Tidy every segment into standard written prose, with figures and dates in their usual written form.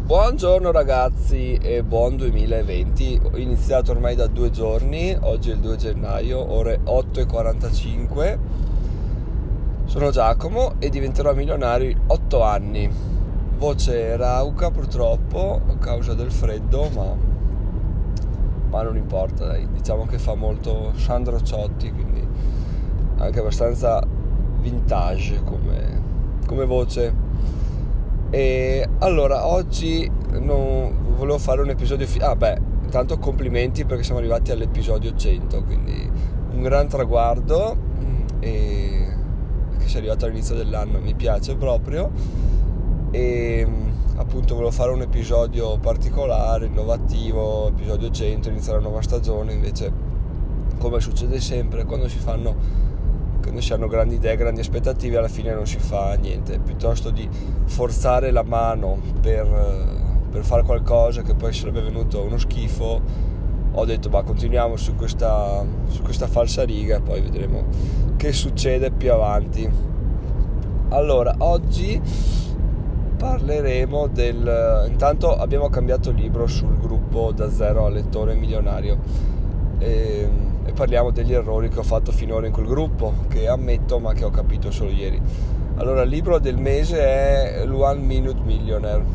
Buongiorno ragazzi e buon 2020. Ho iniziato ormai da 2 giorni, oggi è il 2 gennaio, ore 8:45. Sono Giacomo e diventerò milionario in 8 anni. Voce rauca purtroppo a causa del freddo, ma non importa, dai. Diciamo che fa molto Sandro Ciotti, quindi anche abbastanza vintage come voce. E allora oggi non volevo fare un episodio intanto complimenti perché siamo arrivati all'episodio 100, quindi un gran traguardo, e che sia arrivato all'inizio dell'anno mi piace proprio. E appunto volevo fare un episodio particolare, innovativo, episodio 100, inizia la nuova stagione. Invece, come succede sempre quando si hanno grandi idee, grandi aspettative, alla fine non si fa niente. Piuttosto di forzare la mano per fare qualcosa che poi sarebbe venuto uno schifo, ho detto continuiamo su questa falsariga e poi vedremo che succede più avanti. Allora, oggi parleremo intanto abbiamo cambiato libro sul gruppo Da Zero al Lettore Milionario e parliamo degli errori che ho fatto finora in quel gruppo, che ammetto ma che ho capito solo ieri. Allora, il libro del mese è One Minute Millionaire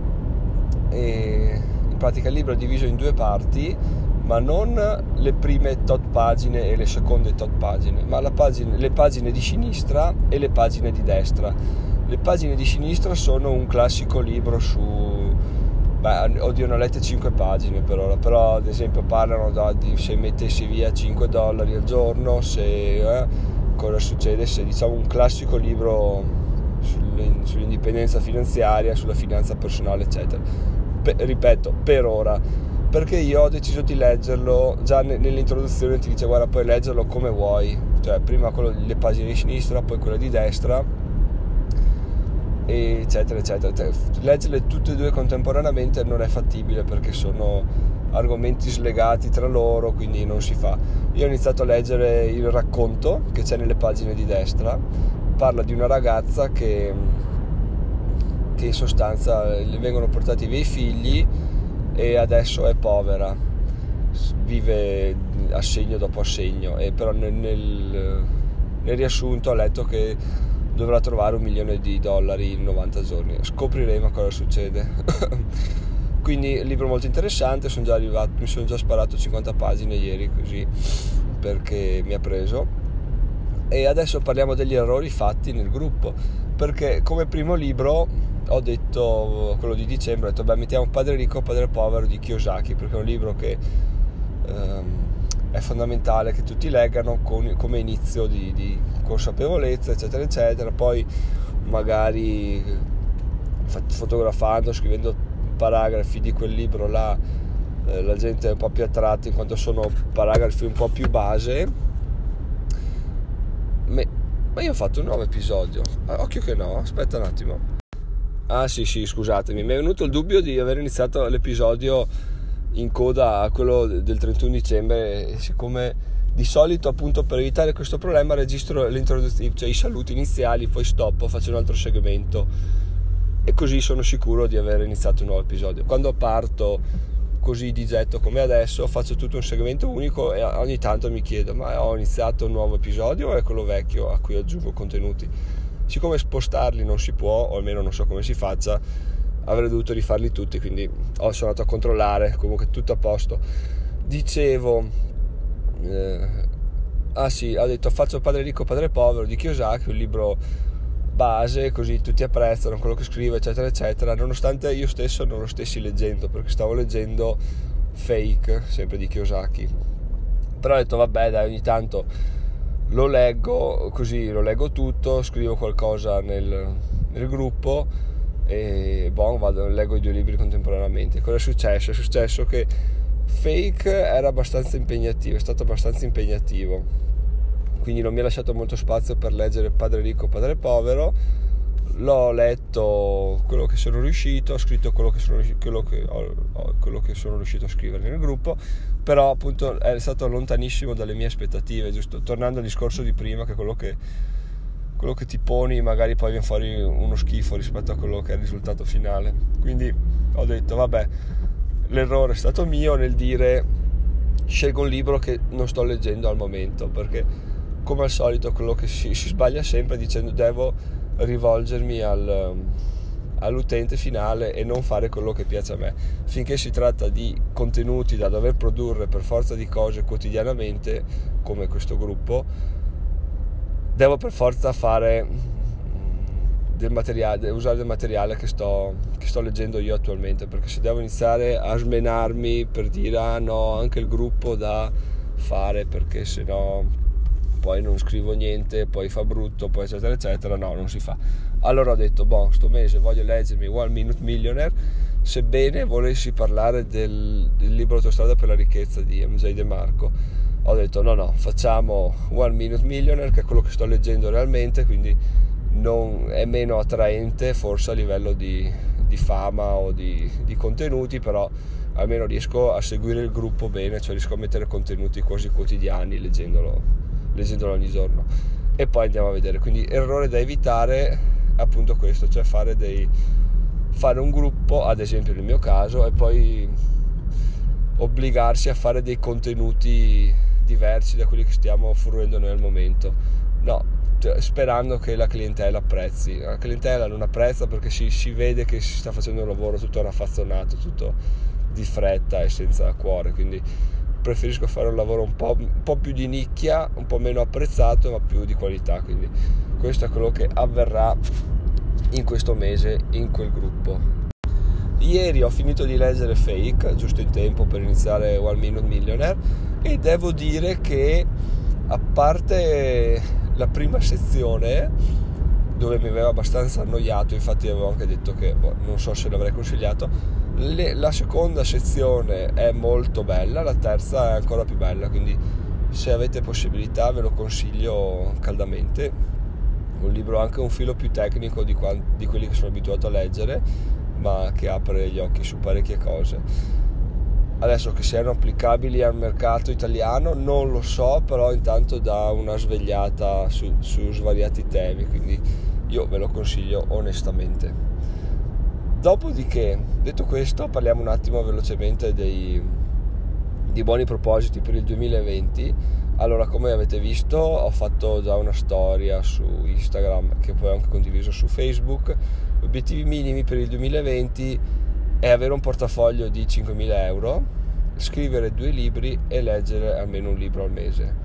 e in pratica il libro è diviso in 2 parti, ma non le prime tot pagine e le seconde tot pagine, ma le pagine di sinistra e le pagine di destra. Le pagine di sinistra sono un classico libro ne ho lette 5 pagine per ora, però ad esempio parlano di se mettessi via $5 al giorno, cosa succede, se diciamo un classico libro sull'indipendenza finanziaria, sulla finanza personale eccetera. Ripeto, per ora, perché io ho deciso di leggerlo, già nell'introduzione ti dice guarda, puoi leggerlo come vuoi, cioè prima le pagine di sinistra, poi quelle di destra, eccetera eccetera. Leggerle tutte e 2 contemporaneamente non è fattibile perché sono argomenti slegati tra loro, quindi non si fa. Io ho iniziato a leggere il racconto che c'è nelle pagine di destra. Parla di una ragazza che in sostanza le vengono portati via i figli e adesso è povera, vive assegno dopo assegno, e però nel riassunto ho letto che dovrà trovare $1 milione in 90 giorni. Scopriremo cosa succede. Quindi il libro molto interessante, mi sono già sparato 50 pagine ieri così perché mi ha preso. E adesso parliamo degli errori fatti nel gruppo, perché come primo libro ho detto, quello di dicembre, ho detto mettiamo Padre Ricco, Padre Povero di Kiyosaki, perché è un libro che è fondamentale che tutti leggano come inizio di consapevolezza eccetera eccetera. Poi magari fotografando, scrivendo paragrafi di quel libro là, la gente è un po' più attratta in quanto sono paragrafi un po' più base. Ma io ho fatto un nuovo episodio, occhio che no, aspetta un attimo. Sì, scusatemi, mi è venuto il dubbio di aver iniziato l'episodio in coda a quello del 31 dicembre e siccome di solito, appunto, per evitare questo problema registro l'introduzione, cioè i saluti iniziali, poi stoppo, faccio un altro segmento e così sono sicuro di aver iniziato un nuovo episodio. Quando parto così di getto come adesso faccio tutto un segmento unico e ogni tanto mi chiedo ma ho iniziato un nuovo episodio o è quello vecchio a cui aggiungo contenuti? Siccome spostarli non si può, o almeno non so come si faccia, avrei dovuto rifarli tutti, quindi sono andato a controllare, comunque tutto a posto. Dicevo, ho detto faccio Padre Ricco, Padre Povero di Kiyosaki, un libro base, così tutti apprezzano quello che scrive eccetera eccetera, nonostante io stesso non lo stessi leggendo, perché stavo leggendo Fake, sempre di Kiyosaki. Però ho detto vabbè dai, ogni tanto lo leggo tutto, scrivo qualcosa nel gruppo e leggo i 2 libri contemporaneamente. Cosa è successo? È successo che Fake era abbastanza impegnativo, è stato abbastanza impegnativo, quindi non mi ha lasciato molto spazio per leggere Padre Ricco, Padre Povero. L'ho letto quello che sono riuscito, ho scritto quello che sono riuscito a scrivere nel gruppo, però appunto è stato lontanissimo dalle mie aspettative, giusto? Tornando al discorso di prima, che quello che quello che ti poni magari poi viene fuori uno schifo rispetto a quello che è il risultato finale. Quindi ho detto vabbè, l'errore è stato mio nel dire scelgo un libro che non sto leggendo al momento, perché come al solito quello che si sbaglia sempre dicendo devo rivolgermi all'utente finale e non fare quello che piace a me. Finché si tratta di contenuti da dover produrre per forza di cose quotidianamente, come questo gruppo, devo per forza fare del materiale, usare del materiale che sto leggendo io attualmente, perché se devo iniziare a smenarmi per dire no, anche il gruppo da fare perché se no poi non scrivo niente, poi fa brutto, poi eccetera eccetera, no, non si fa. Allora ho detto sto mese voglio leggermi One Minute Millionaire, sebbene volessi parlare del libro Autostrada per la ricchezza di MJ De Marco. Ho detto no, facciamo One Minute Millionaire, che è quello che sto leggendo realmente, quindi non è meno attraente forse a livello di fama o di contenuti, però almeno riesco a seguire il gruppo bene, cioè riesco a mettere contenuti quasi quotidiani leggendolo ogni giorno, e poi andiamo a vedere. Quindi errore da evitare appunto questo, cioè fare un gruppo, ad esempio nel mio caso, e poi obbligarsi a fare dei contenuti diversi da quelli che stiamo fruendo noi al momento, sperando che la clientela apprezzi. La clientela non apprezza perché si vede che si sta facendo un lavoro tutto raffazzonato, tutto di fretta e senza cuore, quindi preferisco fare un lavoro un po' più di nicchia, un po' meno apprezzato ma più di qualità. Quindi questo è quello che avverrà in questo mese in quel gruppo. Ieri ho finito di leggere Fake, giusto in tempo per iniziare One Minute Millionaire, e devo dire che a parte la prima sezione dove mi aveva abbastanza annoiato, infatti avevo anche detto che non so se l'avrei consigliato, la seconda sezione è molto bella, la terza è ancora più bella, quindi se avete possibilità ve lo consiglio caldamente. Un libro anche un filo più tecnico di quelli che sono abituato a leggere, ma che apre gli occhi su parecchie cose. Adesso che siano applicabili al mercato italiano non lo so, però intanto dà una svegliata su svariati temi, quindi io ve lo consiglio onestamente. Dopodiché, detto questo, parliamo un attimo velocemente di buoni propositi per il 2020. Allora, come avete visto, ho fatto già una storia su Instagram che poi ho anche condiviso su Facebook. Obiettivi minimi per il 2020 è avere un portafoglio di 5.000 euro, scrivere 2 libri e leggere almeno un libro al mese,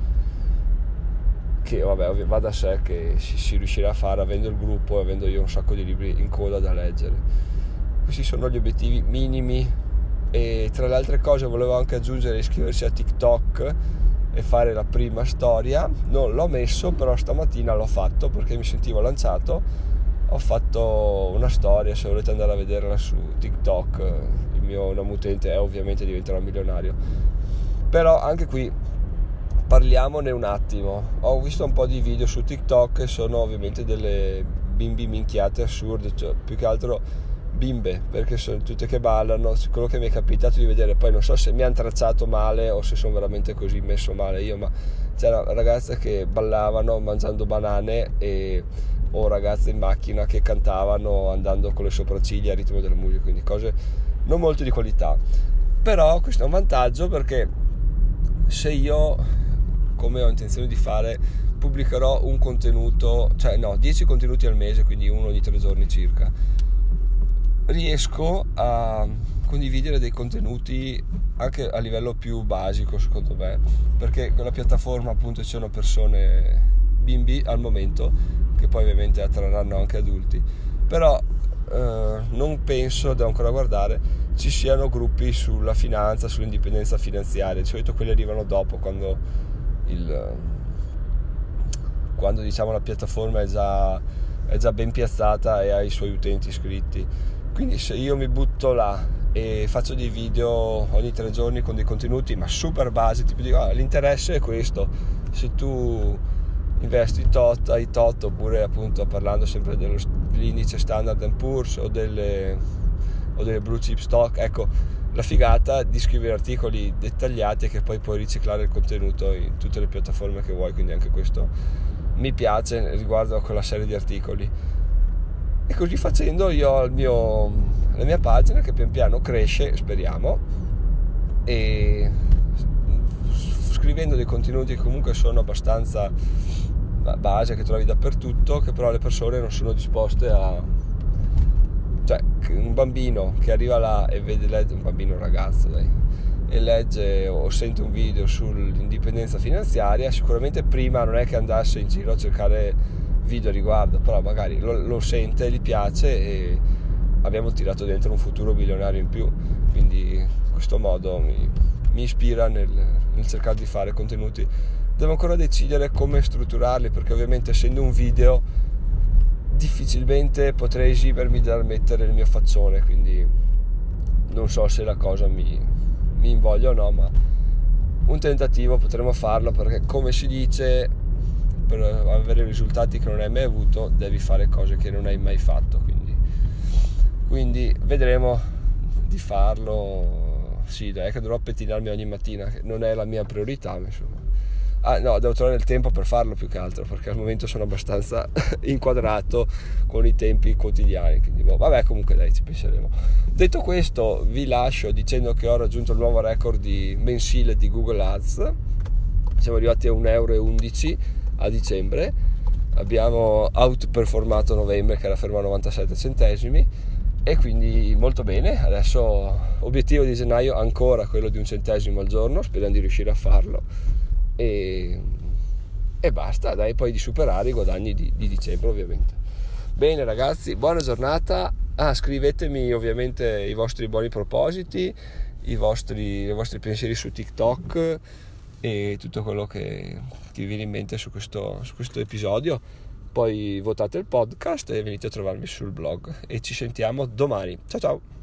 che vabbè va da sé che si riuscirà a fare avendo il gruppo e avendo io un sacco di libri in coda da leggere. Questi sono gli obiettivi minimi, e tra le altre cose volevo anche aggiungere iscriversi a TikTok e fare la prima storia. Non l'ho messo, però stamattina l'ho fatto perché mi sentivo lanciato. Ho fatto una storia, se volete andare a vederla su TikTok, il mio nome utente è ovviamente diventerò milionario. Però anche qui parliamone un attimo. Ho visto un po' di video su TikTok e sono ovviamente delle bimbi minchiate assurde, cioè più che altro bimbe, perché sono tutte che ballano. Quello che mi è capitato di vedere, poi non so se mi hanno tracciato male o se sono veramente così messo male io, ma c'era ragazze che ballavano mangiando banane o ragazze in macchina che cantavano andando con le sopracciglia a ritmo della musica, quindi cose non molto di qualità. Però questo è un vantaggio, perché se io, come ho intenzione di fare, pubblicherò un contenuto, 10 contenuti al mese, quindi uno ogni 3 giorni circa, riesco a condividere dei contenuti anche a livello più basico, secondo me, perché con la piattaforma appunto ci sono persone bimbi al momento, che poi ovviamente attrarranno anche adulti, però non penso, devo ancora guardare, ci siano gruppi sulla finanza, sull'indipendenza finanziaria. Di solito quelli arrivano dopo, quando diciamo la piattaforma è già ben piazzata e ha i suoi utenti iscritti. Quindi se io mi butto là e faccio dei video ogni 3 giorni con dei contenuti ma super base, tipo dico l'interesse è questo, se tu investi tot, hai tot, oppure appunto parlando sempre dell'indice Standard & Poor's o delle blue chip stock, ecco, la figata di scrivere articoli dettagliati e che poi puoi riciclare il contenuto in tutte le piattaforme che vuoi, quindi anche questo mi piace riguardo a quella serie di articoli. e così facendo io ho la mia pagina che pian piano cresce, speriamo, e scrivendo dei contenuti che comunque sono abbastanza base, che trovi dappertutto, che però le persone non sono disposte a, cioè un bambino che arriva là e legge, un bambino, un ragazzo e legge o sente un video sull'indipendenza finanziaria, sicuramente prima non è che andasse in giro a cercare video a riguardo, però magari lo sente, gli piace e abbiamo tirato dentro un futuro milionario in più. Quindi in questo modo mi ispira nel cercare di fare contenuti. Devo ancora decidere come strutturarli, perché ovviamente essendo un video difficilmente potrei esimermi dal mettere il mio faccione, quindi non so se la cosa mi invoglia o no, ma un tentativo potremo farlo, perché come si dice, per avere risultati che non hai mai avuto devi fare cose che non hai mai fatto, quindi vedremo di farlo. Sì, dai, che dovrò pettinarmi ogni mattina, che non è la mia priorità, insomma. No, devo trovare il tempo per farlo più che altro, perché al momento sono abbastanza inquadrato con i tempi quotidiani, quindi vabbè, comunque dai, ci penseremo. Detto questo, vi lascio dicendo che ho raggiunto il nuovo record mensile di Google Ads. Siamo arrivati a 1,11 € a dicembre, abbiamo outperformato novembre che era fermo a 97 centesimi, e quindi molto bene. Adesso obiettivo di gennaio ancora quello di 1 centesimo al giorno, speriamo di riuscire a farlo e basta, dai, poi di superare i guadagni di dicembre ovviamente. Bene ragazzi, buona giornata. Scrivetemi ovviamente i vostri buoni propositi, i vostri pensieri su TikTok e tutto quello che vi viene in mente su questo episodio. Poi votate il podcast e venite a trovarmi sul blog, e ci sentiamo domani. Ciao ciao.